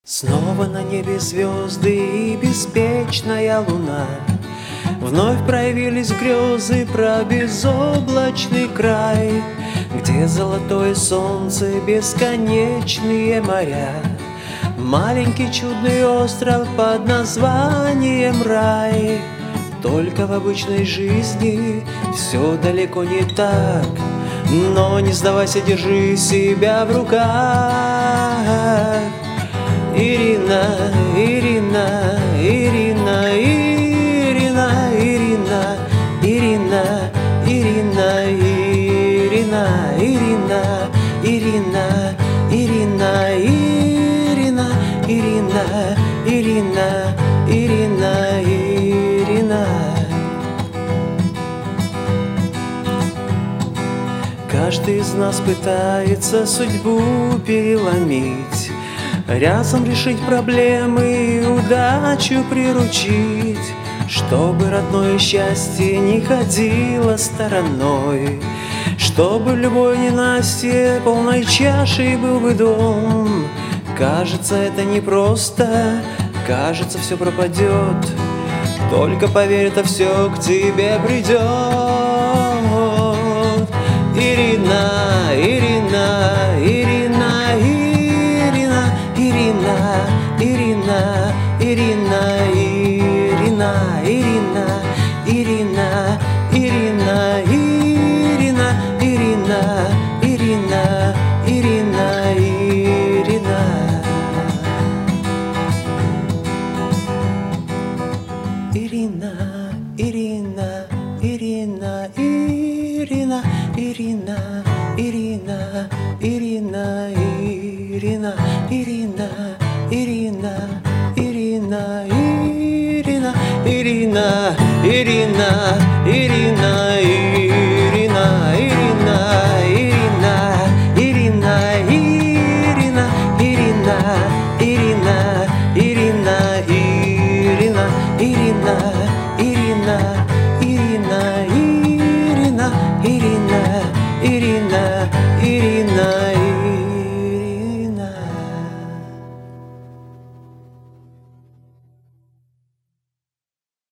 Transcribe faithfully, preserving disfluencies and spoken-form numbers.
Снова на небе звезды и беспечная луна. Вновь проявились грезы про безоблачный край, где золотое солнце, бесконечные моря, маленький чудный остров под названием рай. Только в обычной жизни все далеко не так, но не сдавайся, держи себя в руках. Ирина, Ирина, Ирина, Ирина, Ирина, Ирина, Ирина, Ирина, Ирина, Ирина, Ирина, Ирина, Ирина, Ирина, Ирина, Ирина. Каждый из нас пытается судьбу переломить, разом решить проблемы и удачу приручить, чтобы родное счастье не ходило стороной, чтобы в любой ненастье полной чашей был бы дом. Кажется, это непросто, кажется, все пропадет, только поверь, это все к тебе придет. Ирина, Ирина, Ирина, Ирина, Ирина, Ирина, Ирина, Ирина, Ирина, Ирина, Ирина, Ирина, Ирина, Ирина, Ирина, Ирина. Ирина, Ирина, Ирина, Ирина, Ирина, Ирина, Ирина, Ирина, Ирина, Ирина, Ирина, Ирина, Ирина, Ирина, Ирина.